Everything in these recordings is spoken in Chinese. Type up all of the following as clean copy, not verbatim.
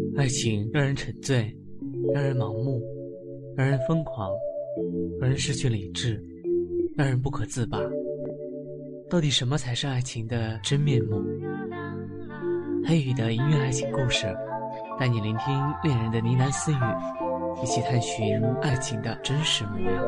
爱情让人沉醉，让人盲目，让人疯狂，让人失去理智，让人不可自拔。到底什么才是爱情的真面目？黑羽的音乐爱情故事，带你聆听恋人的呢喃私语，一起探寻爱情的真实模样。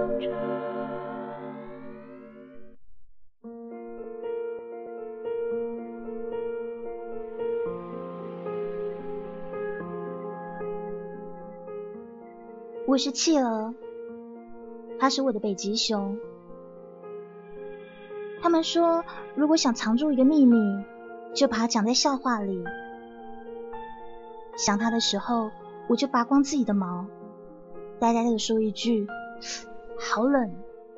我是企鹅，它是我的北极熊。他们说，如果想藏住一个秘密，就把它讲在笑话里。想它的时候，我就拔光自己的毛，呆呆地说一句：好冷。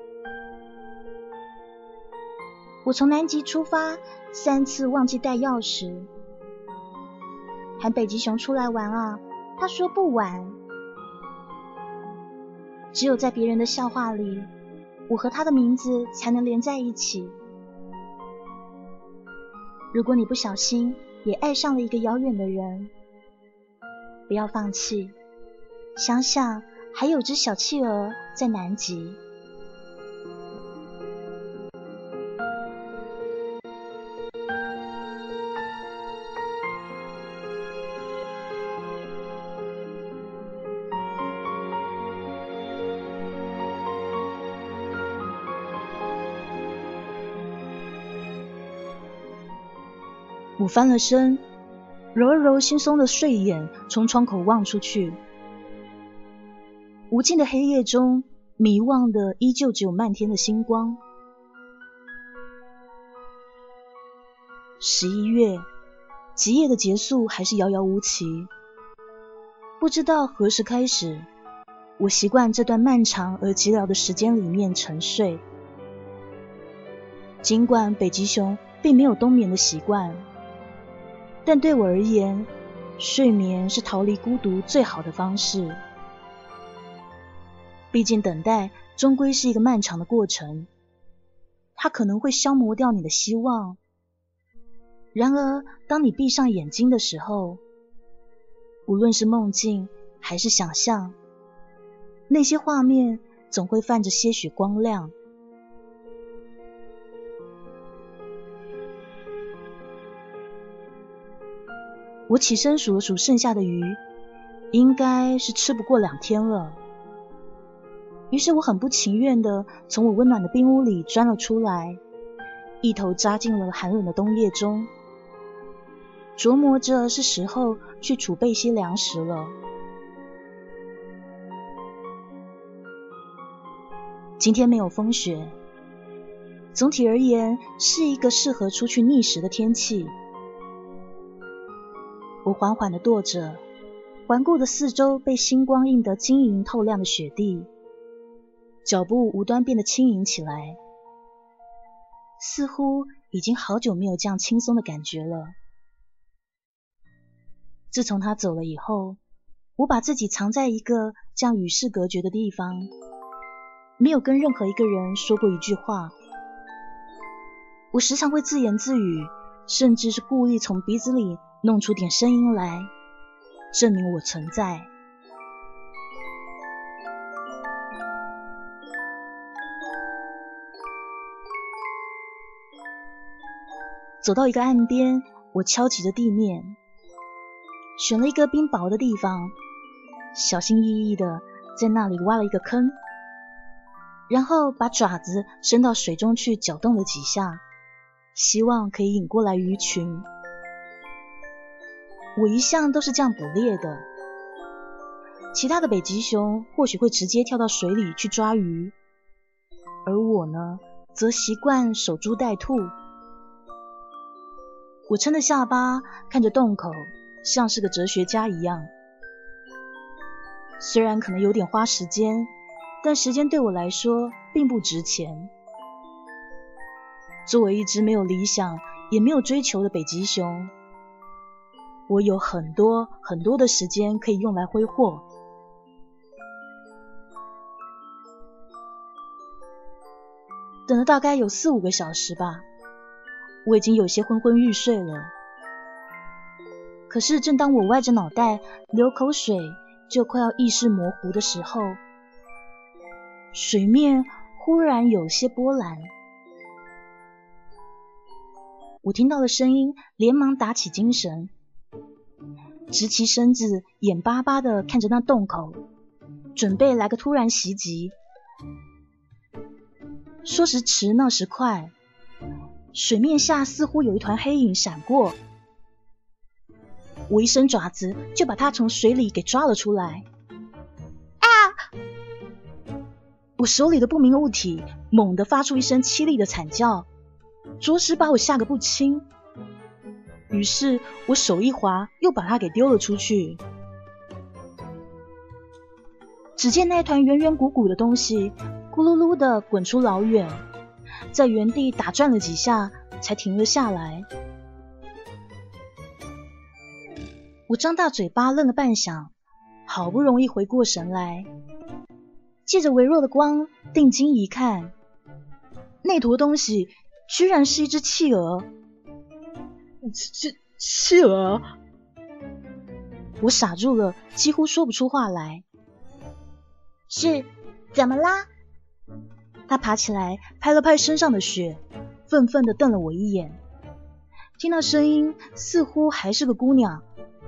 我从南极出发，3次忘记带钥匙，喊北极熊出来玩啊，他说不玩。只有在别人的笑话里，我和他的名字才能连在一起。如果你不小心也爱上了一个遥远的人，不要放弃，想想还有只小企鹅在南极。我翻了身，揉了揉惺忪的睡眼，从窗口望出去。无尽的黑夜中，迷望的依旧只有漫天的星光。11月，极夜的结束还是遥遥无期。不知道何时开始，我习惯这段漫长而寂寥的时间里面沉睡。尽管北极熊并没有冬眠的习惯，但对我而言，睡眠是逃离孤独最好的方式。毕竟等待终归是一个漫长的过程，它可能会消磨掉你的希望。然而，当你闭上眼睛的时候，无论是梦境还是想象，那些画面总会泛着些许光亮。我起身数了数剩下的鱼，应该是吃不过2天了。于是我很不情愿地从我温暖的冰屋里钻了出来，一头扎进了寒冷的冬夜中，琢磨着是时候去储备些粮食了。今天没有风雪，总体而言是一个适合出去觅食的天气。我缓缓地踱着，环顾的四周被星光映得晶莹透亮的雪地，脚步无端变得轻盈起来，似乎已经好久没有这样轻松的感觉了。自从他走了以后，我把自己藏在一个这样与世隔绝的地方，没有跟任何一个人说过一句话。我时常会自言自语，甚至是故意从鼻子里弄出点声音来，证明我存在。走到一个岸边，我敲击着地面，选了一个冰雹的地方，小心翼翼地在那里挖了一个坑，然后把爪子伸到水中去搅动了几下，希望可以引过来鱼群。我一向都是这样捕猎的，其他的北极熊或许会直接跳到水里去抓鱼，而我呢，则习惯守株待兔。我撑着下巴看着洞口，像是个哲学家一样。虽然可能有点花时间，但时间对我来说并不值钱。作为一只没有理想也没有追求的北极熊，我有很多很多的时间可以用来挥霍。等了大概有4-5个小时吧，我已经有些昏昏欲睡了。 可是正当我歪着脑袋流口水就快要意识模糊的时候，水面忽然有些波澜。我听到了声音，连忙打起精神，直起身子，眼巴巴地看着那洞口，准备来个突然袭击。说时迟，那时快，水面下似乎有一团黑影闪过，我一伸爪子就把它从水里给抓了出来。啊！我手里的不明物体猛地发出一声凄厉的惨叫，着实把我吓个不轻。于是我手一滑，又把它给丢了出去。只见那团圆圆鼓鼓的东西咕噜噜地滚出老远，在原地打转了几下才停了下来。我张大嘴巴愣了半晌，好不容易回过神来，借着微弱的光定睛一看，那坨东西居然是一只企鹅。企鹅！我傻住了，几乎说不出话来。 是，怎么啦？ 他爬起来，拍了拍身上的雪，愤愤地瞪了我一眼。听到声音，似乎还是个姑娘。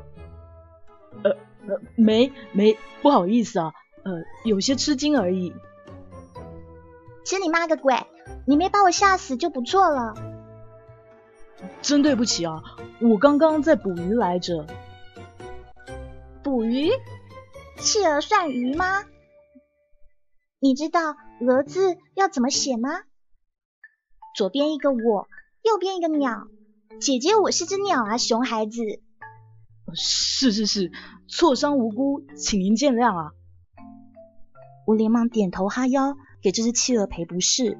没，不好意思啊，有些吃惊而已。 吃你妈个鬼！你没把我吓死就不错了。 真对不起啊，我刚刚在捕鱼来着。 捕鱼？企鹅算鱼吗？你知道鹅字要怎么写吗？左边一个我，右边一个鸟。姐姐，我是只鸟啊，熊孩子。 是，挫伤无辜，请您见谅啊。我连忙点头哈腰，给这只企鹅赔不是。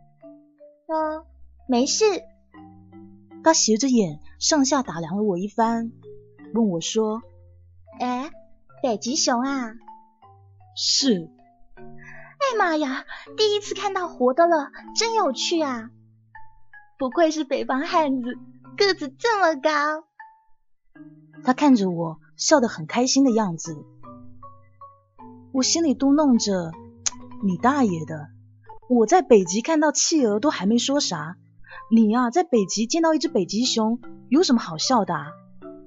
没事。 他斜着眼上下打量了我一番，问我说： 北极熊啊？ 是。 哎妈呀，第一次看到活的了，真有趣啊！不愧是北方汉子，个子这么高。 他看着我，笑得很开心的样子。我心里嘟哝着，你大爷的，我在北极看到企鹅都还没说啥，你啊，在北极见到一只北极熊，有什么好笑的啊？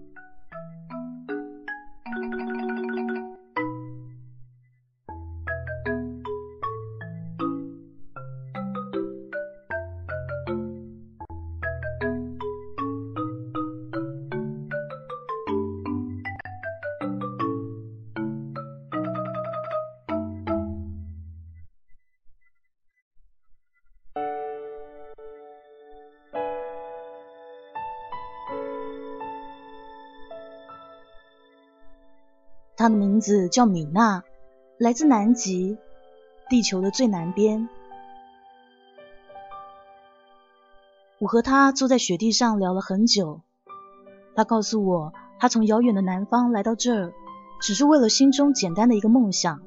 她的名字叫米娜，来自南极，地球的最南边。我和她坐在雪地上聊了很久，她告诉我，她从遥远的南方来到这儿，只是为了心中简单的一个梦想。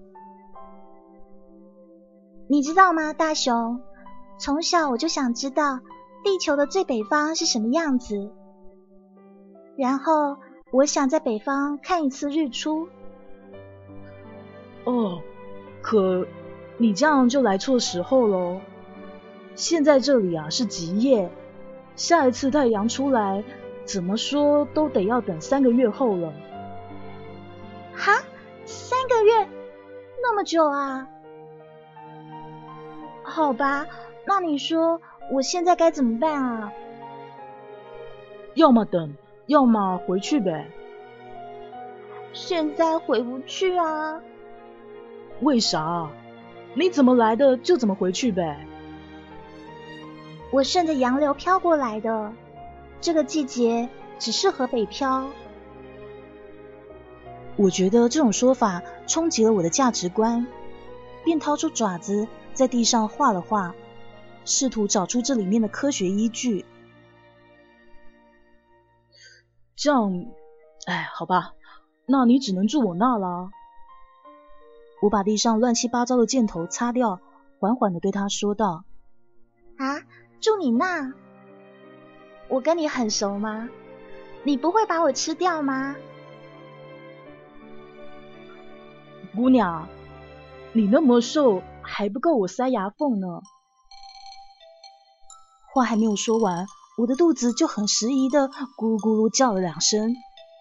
你知道吗，大熊？从小我就想知道地球的最北方是什么样子，然后我想在北方看一次日出。 可你这样就来错时候咯。现在这里啊是极夜，下一次太阳出来，怎么说都得要等3个月后了。 哈？3个月？那么久啊？好吧，那你说我现在该怎么办啊？ 要么等，要么回去呗。 现在回不去啊。 为啥？你怎么来的就怎么回去呗。 我顺着洋流飘过来的，这个季节只适合北漂。我觉得这种说法冲击了我的价值观，便掏出爪子在地上画了画，试图找出这里面的科学依据。 这样，好吧，那你只能住我那啦。我把地上乱七八糟的箭头擦掉，缓缓地对他说道： 啊，住你那？我跟你很熟吗？ 你不会把我吃掉吗？ 姑娘，你那么瘦，还不够我塞牙缝呢。 话还没有说完，我的肚子就很迟疑的咕噜咕噜叫了2声。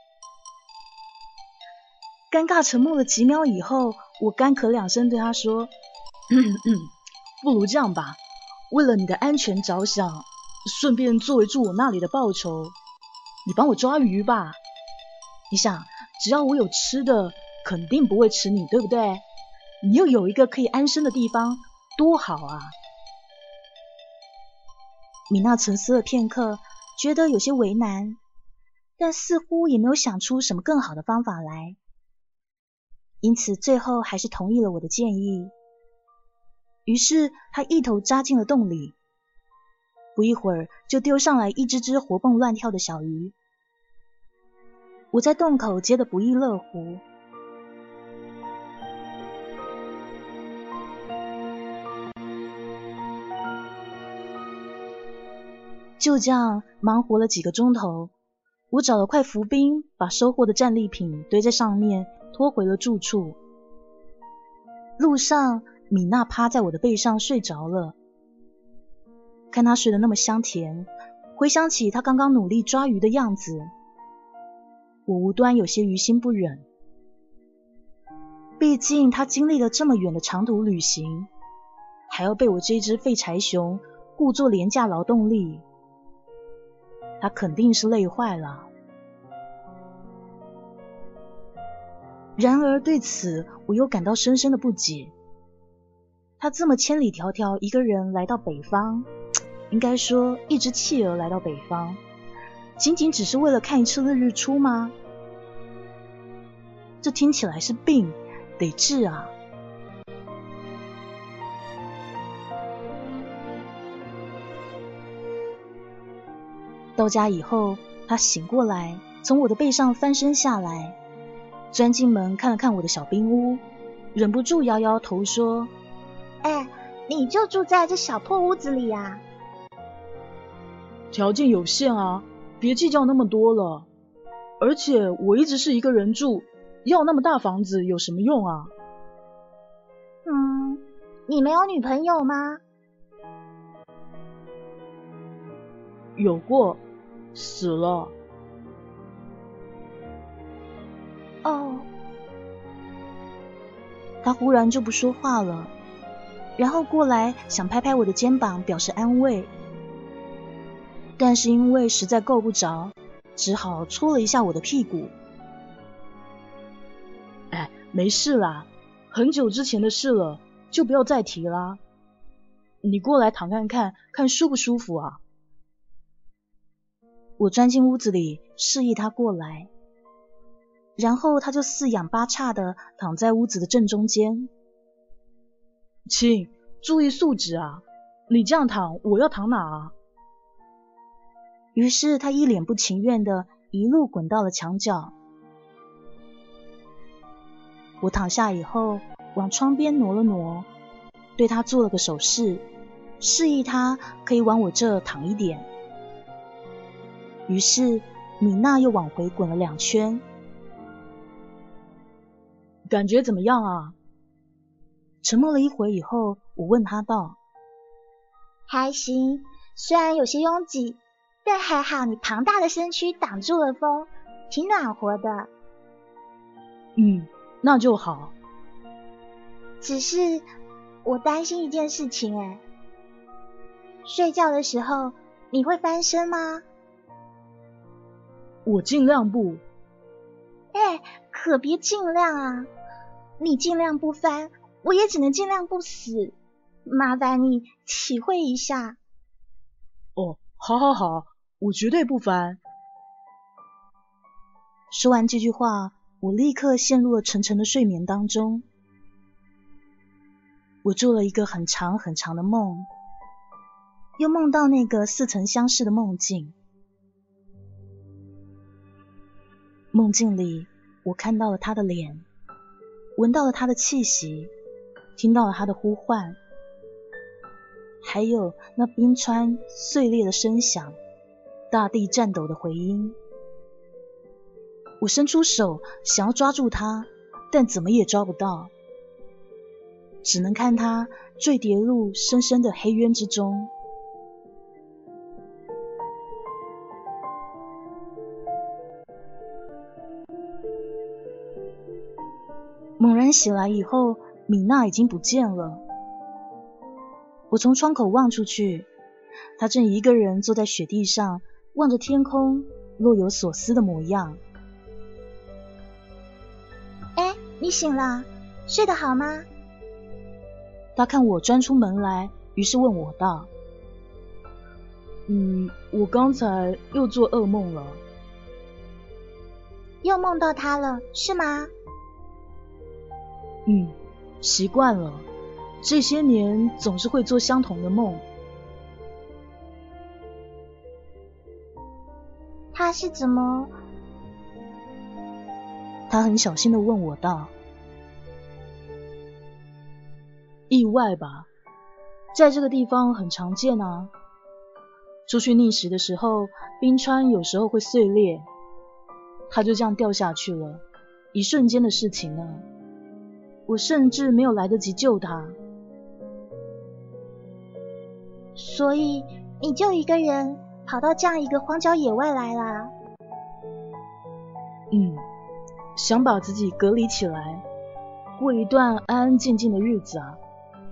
尴尬沉默了几秒以后，我干咳2声对他说：不如这样吧，为了你的安全着想，顺便作为住我那里的报酬，你帮我抓鱼吧。你想，只要我有吃的，肯定不会吃你，对不对？你又有一个可以安身的地方，多好啊！米娜沉思了片刻，觉得有些为难，但似乎也没有想出什么更好的方法来，因此最后还是同意了我的建议。于是她一头扎进了洞里，不一会儿就丢上来一只只活蹦乱跳的小鱼。我在洞口接得不亦乐乎。就这样忙活了几个钟头，我找了块浮冰，把收获的战利品堆在上面，拖回了住处。路上，米娜趴在我的背上睡着了。看她睡得那么香甜，回想起她刚刚努力抓鱼的样子，我无端有些于心不忍。毕竟她经历了这么远的长途旅行，还要被我这只废柴熊故作廉价劳动力，她肯定是累坏了。然而对此我又感到深深的不解。她这么千里迢迢一个人来到北方，应该说一只企鹅来到北方，仅仅只是为了看一次日出吗？这听起来是病，得治啊！到家以后，他醒过来，从我的背上翻身下来，钻进门看了看我的小冰屋，忍不住摇摇头说： 哎，你就住在这小破屋子里啊？ 条件有限啊，别计较那么多了。而且我一直是一个人住，要那么大房子有什么用啊？ 你没有女朋友吗？ 有过，死了。 哦。 他忽然就不说话了，然后过来想拍拍我的肩膀表示安慰，但是因为实在够不着，只好搓了一下我的屁股。 哎，没事啦，很久之前的事了，就不要再提啦。你过来躺看看，看舒不舒服啊？ 我钻进屋子里，示意他过来，然后他就四仰八叉的躺在屋子的正中间。 亲，注意素质啊！你这样躺，我要躺哪啊？ 于是他一脸不情愿的一路滚到了墙角。我躺下以后，往窗边挪了挪，对他做了个手势，示意他可以往我这躺一点。于是米娜又往回滚了2圈。 感觉怎么样啊？ 沉默了一会以后，我问他道： 还行，虽然有些拥挤，但还好你庞大的身躯挡住了风，挺暖和的。 那就好。 只是我担心一件事情睡觉的时候你会翻身吗？ 我尽量不。 可别尽量啊！你尽量不翻，我也只能尽量不死。麻烦你体会一下。 哦，好，我绝对不翻。 说完这句话，我立刻陷入了沉沉的睡眠当中。我做了一个很长很长的梦，又梦到那个似曾相识的梦境。梦境里，我看到了他的脸，闻到了他的气息，听到了他的呼唤，还有那冰川碎裂的声响，大地颤抖的回音。 我伸出手想要抓住他，但怎么也抓不到，只能看他坠跌入深深的黑渊之中。猛然醒来以后，米娜已经不见了。我从窗口望出去，她正一个人坐在雪地上，望着天空，若有所思的模样。 哎，你醒了，睡得好吗？ 她看我钻出门来，于是问我道：我刚才又做噩梦了。 又梦到他了，是吗？ 习惯了，这些年总是会做相同的梦。 他是怎么？ 他很小心地问我道：意外吧，在这个地方很常见啊。出去觅食的时候，冰川有时候会碎裂，他就这样掉下去了，一瞬间的事情呢。我甚至没有来得及救他。 所以你就一个人跑到这样一个荒郊野外来啦？ 想把自己隔离起来，过一段安安静静的日子啊。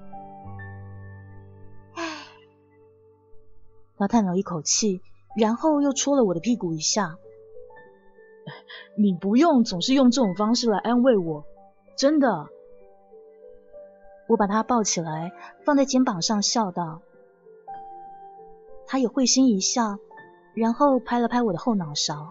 唉， 他叹了一口气，然后又戳了我的屁股一下。你不用总是用这种方式来安慰我，真的。我把他抱起来，放在肩膀上，笑道。他也会心一笑，然后拍了拍我的后脑勺。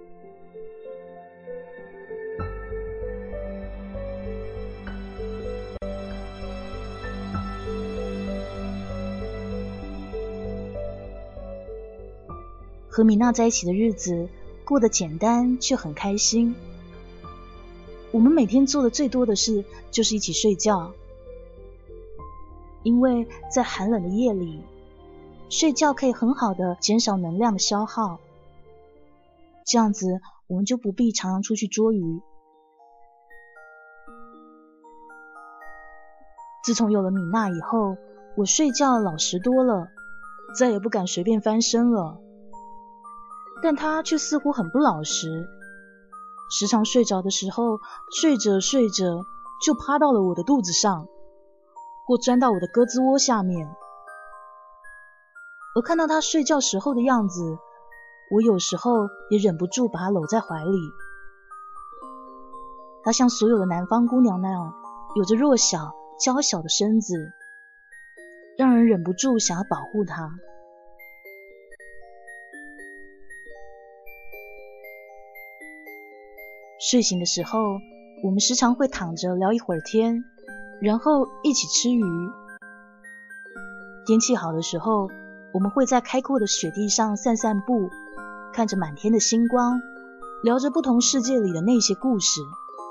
和米娜在一起的日子过得简单却很开心。我们每天做的最多的事就是一起睡觉。因为在寒冷的夜里，睡觉可以很好的减少能量的消耗，这样子我们就不必常常出去捉鱼。自从有了米娜以后，我睡觉老实多了，再也不敢随便翻身了。但她却似乎很不老实，时常睡着的时候，睡着睡着就趴到了我的肚子上，或钻到我的胳肢窝下面。而看到她睡觉时候的样子，我有时候也忍不住把她搂在怀里。她像所有的南方姑娘那样，有着弱小娇小的身子，让人忍不住想要保护她。睡醒的时候，我们时常会躺着聊一会儿天，然后一起吃鱼。天气好的时候，我们会在开阔的雪地上散散步，看着满天的星光，聊着不同世界里的那些故事。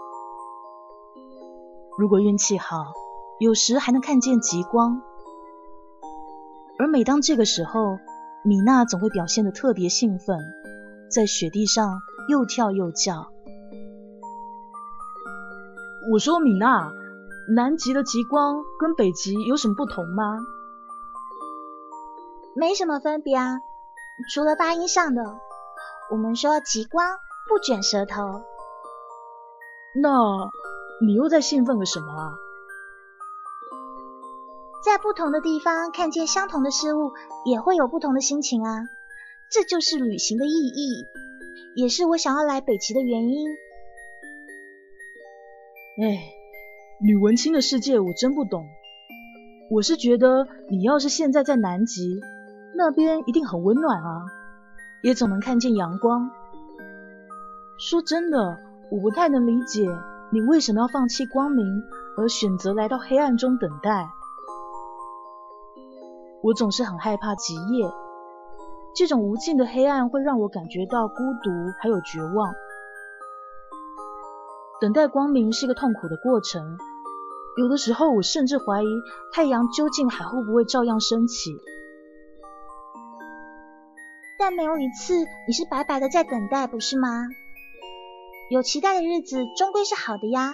如果运气好，有时还能看见极光。而每当这个时候，米娜总会表现得特别兴奋，在雪地上又跳又叫。我说米娜，南极的极光跟北极有什么不同吗？ 没什么分别啊，除了发音上的。我们说极光不卷舌头。 那你又在兴奋个什么啊？ 在不同的地方看见相同的事物，也会有不同的心情啊。这就是旅行的意义，也是我想要来北极的原因。 女文青的世界我真不懂。我是觉得你要是现在在南极，那边一定很温暖啊，也总能看见阳光。说真的，我不太能理解你为什么要放弃光明，而选择来到黑暗中等待。我总是很害怕极夜，这种无尽的黑暗会让我感觉到孤独还有绝望。等待光明是个痛苦的过程，有的时候我甚至怀疑太阳究竟还会不会照样升起。 但没有一次你是白白的在等待，不是吗？ 有期待的日子终归是好的呀。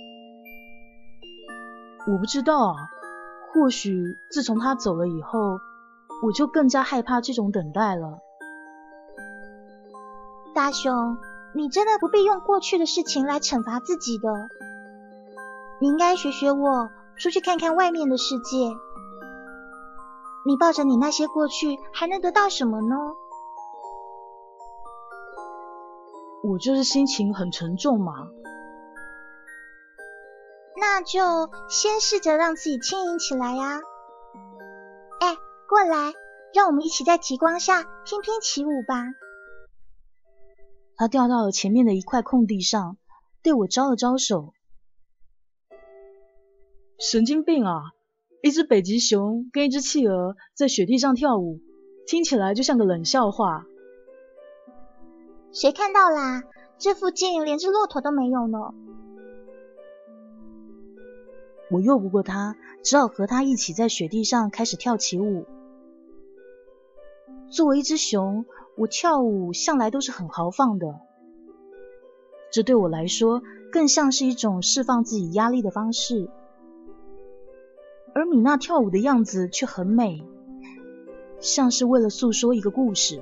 我不知道啊，或许自从他走了以后，我就更加害怕这种等待了。 大雄，你真的不必用过去的事情来惩罚自己的。你应该学学我，出去看看外面的世界。你抱着你那些过去，还能得到什么呢？ 我就是心情很沉重嘛。 那就先试着让自己轻盈起来呀。哎，过来，让我们一起在极光下翩翩起舞吧。 他掉到了前面的一块空地上，对我招了招手。 神经病啊！一只北极熊跟一只企鹅在雪地上跳舞，听起来就像个冷笑话。 谁看到啦？这附近连只骆驼都没有呢。 我拗不过他，只好和他一起在雪地上开始跳起舞。作为一只熊，我跳舞向来都是很豪放的，这对我来说更像是一种释放自己压力的方式。而米娜跳舞的样子却很美，像是为了诉说一个故事。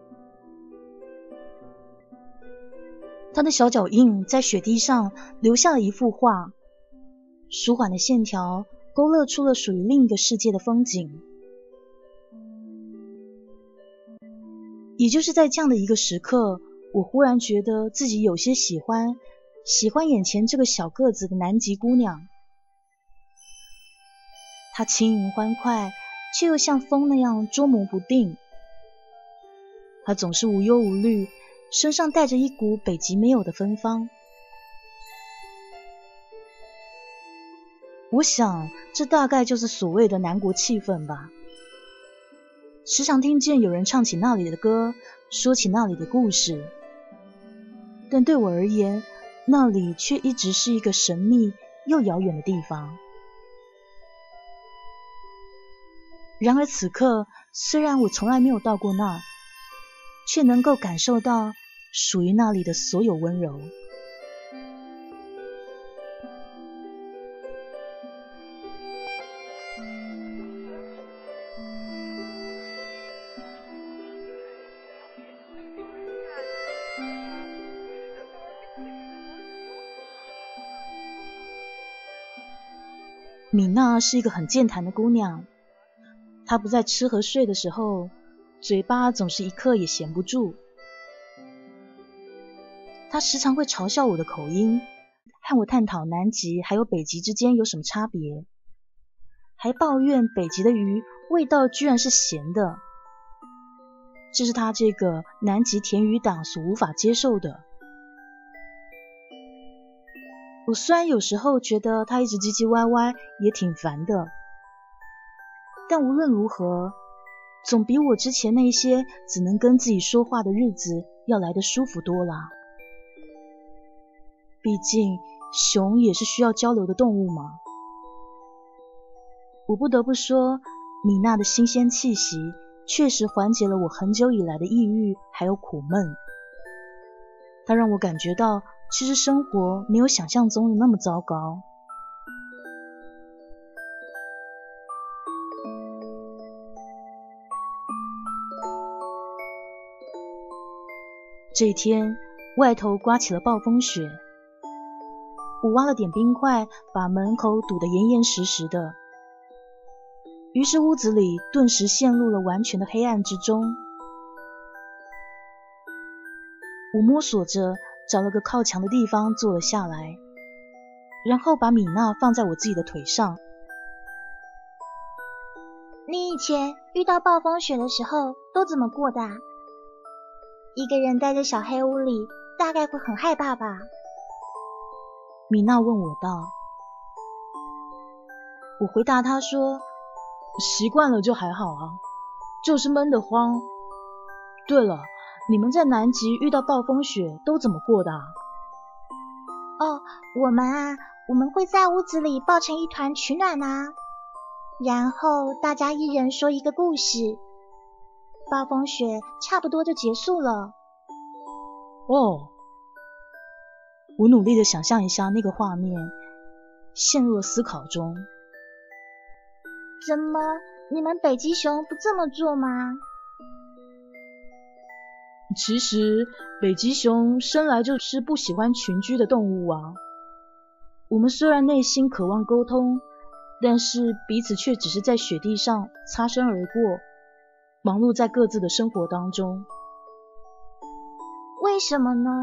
她的小脚印在雪地上留下了一幅画，舒缓的线条勾勒出了属于另一个世界的风景。也就是在这样的一个时刻，我忽然觉得自己有些喜欢眼前这个小个子的南极姑娘。她轻盈欢快，却又像风那样捉摸不定。她总是无忧无虑，身上带着一股北极没有的芬芳。我想，这大概就是所谓的南国气氛吧。时常听见有人唱起那里的歌，说起那里的故事，但对我而言，那里却一直是一个神秘又遥远的地方。然而此刻，虽然我从来没有到过那儿，却能够感受到属于那里的所有温柔。米娜是一个很健谈的姑娘，她不在吃和睡的时候，嘴巴总是一刻也闲不住。她时常会嘲笑我的口音，和我探讨南极还有北极之间有什么差别，还抱怨北极的鱼味道居然是咸的，这是她这个南极甜鱼党所无法接受的。我虽然有时候觉得他一直唧唧歪歪也挺烦的，但无论如何，总比我之前那些只能跟自己说话的日子要来得舒服多了。毕竟熊也是需要交流的动物嘛。我不得不说，米娜的新鲜气息确实缓解了我很久以来的抑郁还有苦闷。它让我感觉到其实生活没有想象中的那么糟糕。这一天，外头刮起了暴风雪，我挖了点冰块，把门口堵得严严实实的，于是屋子里顿时陷入了完全的黑暗之中。我摸索着找了个靠墙的地方坐了下来，然后把米娜放在我自己的腿上。 你以前遇到暴风雪的时候都怎么过的啊？一个人待在小黑屋里，大概会很害怕吧？ 米娜问我道。我回答她说， 习惯了就还好啊，就是闷得慌。对了，你们在南极遇到暴风雪都怎么过的啊？ 哦，我们会在屋子里抱成一团取暖啊，然后大家一人说一个故事，暴风雪差不多就结束了。 哦， 我努力地想象一下那个画面，陷入了思考中。 怎么，你们北极熊不这么做吗？ 其实北极熊生来就是不喜欢群居的动物啊。我们虽然内心渴望沟通，但是彼此却只是在雪地上擦身而过，忙碌在各自的生活当中。 为什么呢？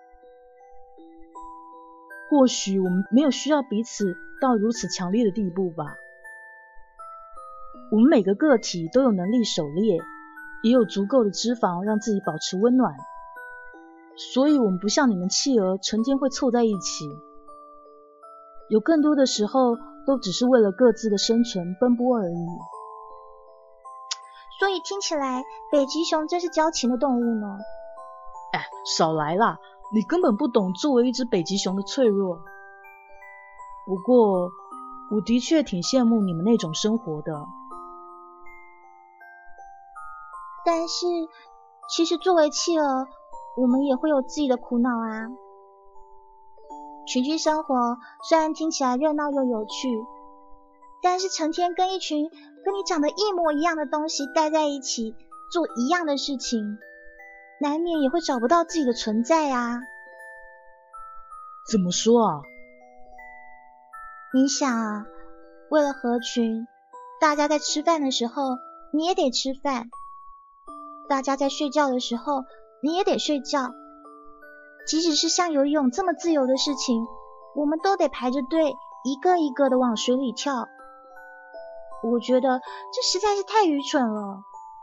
或许我们没有需要彼此到如此强烈的地步吧。我们每个个体都有能力狩猎，也有足够的脂肪让自己保持温暖，所以我们不像你们企鹅成天会凑在一起，有更多的时候都只是为了各自的生存奔波而已。 所以听起来北极熊真是矫情的动物呢。 哎，少来啦，你根本不懂作为一只北极熊的脆弱。不过我的确挺羡慕你们那种生活的。 但是其实作为企鹅，我们也会有自己的苦恼啊。群居生活虽然听起来热闹又有趣，但是成天跟一群跟你长得一模一样的东西待在一起，做一样的事情，难免也会找不到自己的存在啊。 怎么说啊？ 你想啊，为了合群，大家在吃饭的时候你也得吃饭，大家在睡觉的时候你也得睡觉，即使是像游泳这么自由的事情，我们都得排着队一个一个的往水里跳。我觉得这实在是太愚蠢了。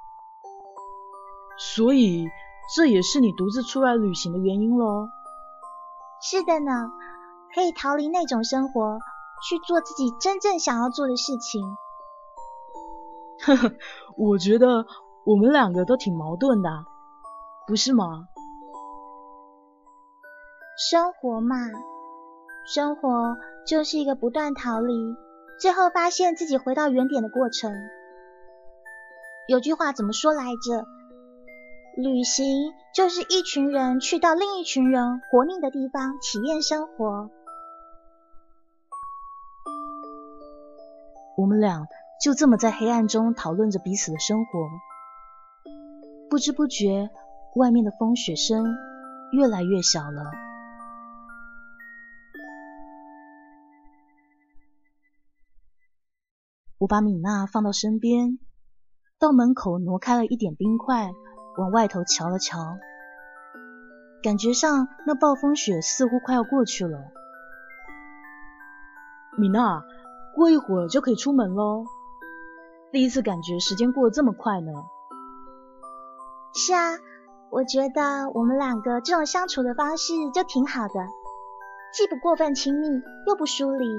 所以这也是你独自出来旅行的原因咯。 是的呢，可以逃离那种生活，去做自己真正想要做的事情。 呵呵，我觉得我们两个都挺矛盾的，不是吗？ 生活嘛，生活就是一个不断逃离，最后发现自己回到原点的过程。有句话怎么说来着？旅行就是一群人去到另一群人活腻的地方体验生活。 我们俩就这么在黑暗中讨论着彼此的生活，不知不觉外面的风雪声越来越小了。我把米娜放到身边，到门口挪开了一点冰块，往外头瞧了瞧，感觉上那暴风雪似乎快要过去了。米娜，过一会儿就可以出门咯。第一次感觉时间过得这么快呢。 是啊，我觉得我们两个这种相处的方式就挺好的，既不过分亲密，又不疏离。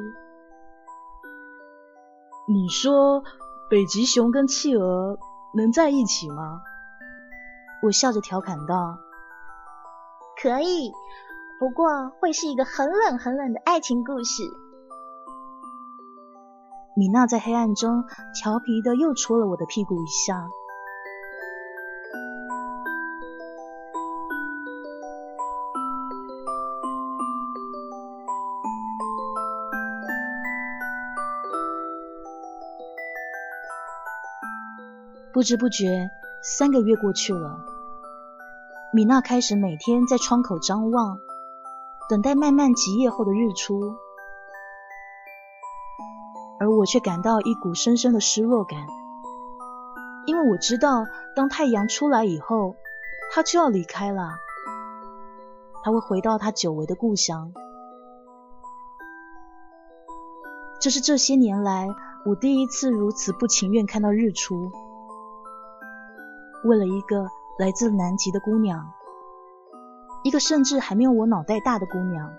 你说北极熊跟企鹅能在一起吗？我笑着调侃道。 可以，不过会是一个很冷很冷的爱情故事。 米娜在黑暗中调皮的又戳了我的屁股一下。不知不觉3个月过去了，米娜开始每天在窗口张望，等待漫漫极夜后的日出，而我却感到一股深深的失落感，因为我知道当太阳出来以后，她就要离开了，她会回到她久违的故乡。这是这些年来我第一次如此不情愿看到日出。为了一个来自南极的姑娘，一个甚至还没有我脑袋大的姑娘，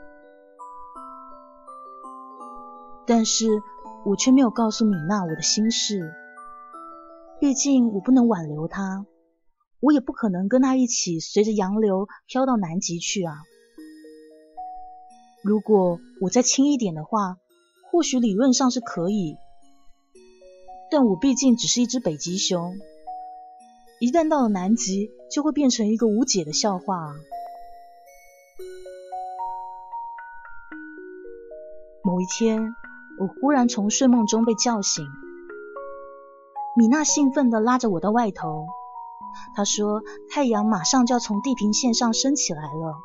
但是我却没有告诉米娜我的心事，毕竟我不能挽留她，我也不可能跟她一起随着洋流飘到南极去啊。如果我再轻一点的话，或许理论上是可以，但我毕竟只是一只北极熊，一旦到了南极，就会变成一个无解的笑话啊。 某一天，我忽然从睡梦中被叫醒，米娜兴奋地拉着我到外头，她说太阳马上就要从地平线上升起来了。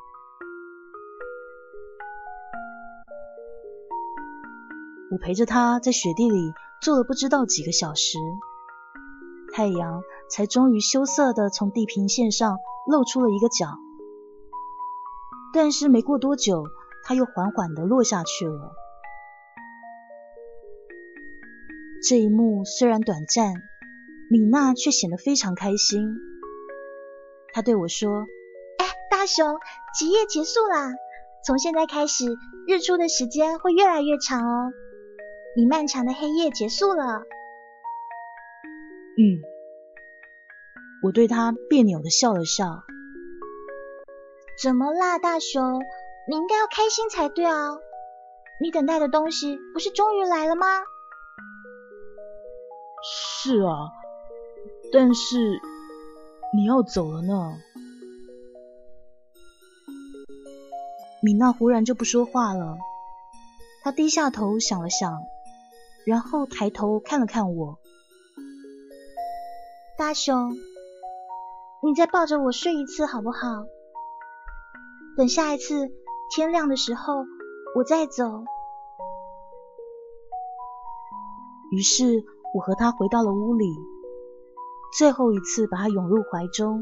我陪着她在雪地里坐了不知道几个小时，太阳才终于羞涩地从地平线上露出了一个角，但是没过多久，它又缓缓地落下去了。这一幕虽然短暂，米娜却显得非常开心。她对我说： 大熊，极夜结束啦，从现在开始，日出的时间会越来越长哦。你漫长的黑夜结束了。 我对她别扭地笑了笑。 怎么啦，大熊？你应该要开心才对啊！你等待的东西不是终于来了吗？ 是啊，但是你要走了呢。 米娜忽然就不说话了，她低下头想了想，然后抬头看了看我。 大熊，你再抱着我睡一次好不好？等下一次天亮的时候，我再走。 于是我和他回到了屋里，最后一次把他拥入怀中。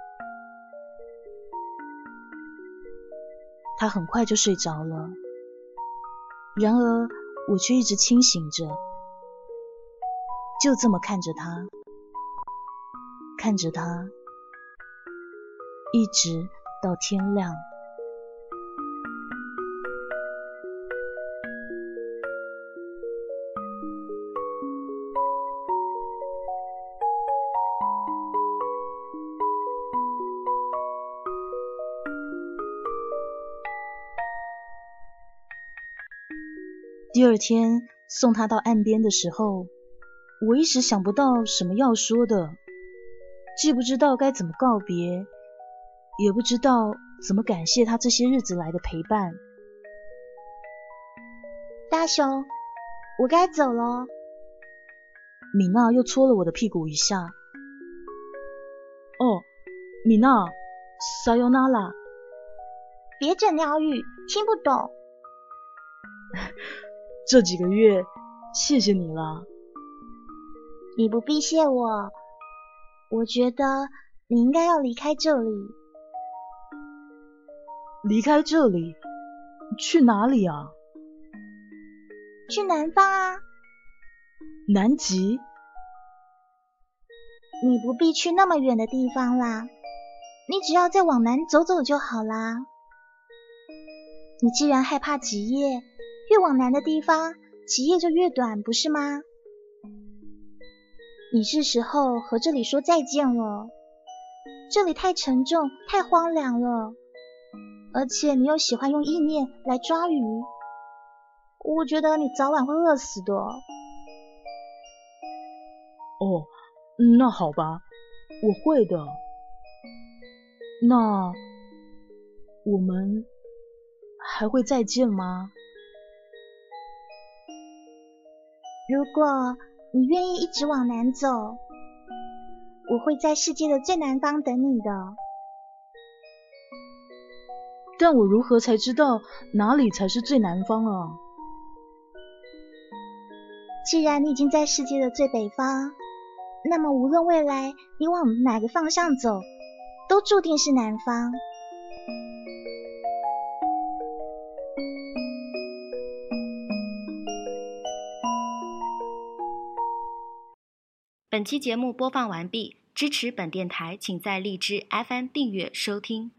他很快就睡着了，然而我却一直清醒着，就这么看着他，看着他，一直到天亮。第二天送他到岸边的时候，我一时想不到什么要说的，既不知道该怎么告别，也不知道怎么感谢他这些日子来的陪伴。 大熊，我该走了。 米娜又戳了我的屁股一下。 米娜，撒尤那拉。 别整鸟语，听不懂。 这几个月谢谢你了。 你不必谢我，我觉得你应该要离开这里。 离开这里？去哪里啊？ 去南方啊。 南极？ 你不必去那么远的地方啦，你只要再往南走走就好啦。你既然害怕极夜，越往南的地方，极夜就越短，不是吗？你是时候和这里说再见了，这里太沉重，太荒凉了，而且你又喜欢用意念来抓鱼，我觉得你早晚会饿死的。 那好吧，我会的。那我们还会再见吗？ 如果你愿意一直往南走，我会在世界的最南方等你的。 但我如何才知道哪里才是最南方啊？ 既然你已经在世界的最北方，那么无论未来你往哪个方向走，都注定是南方。 本期节目播放完毕，支持本电台请在荔枝 FM 订阅收听。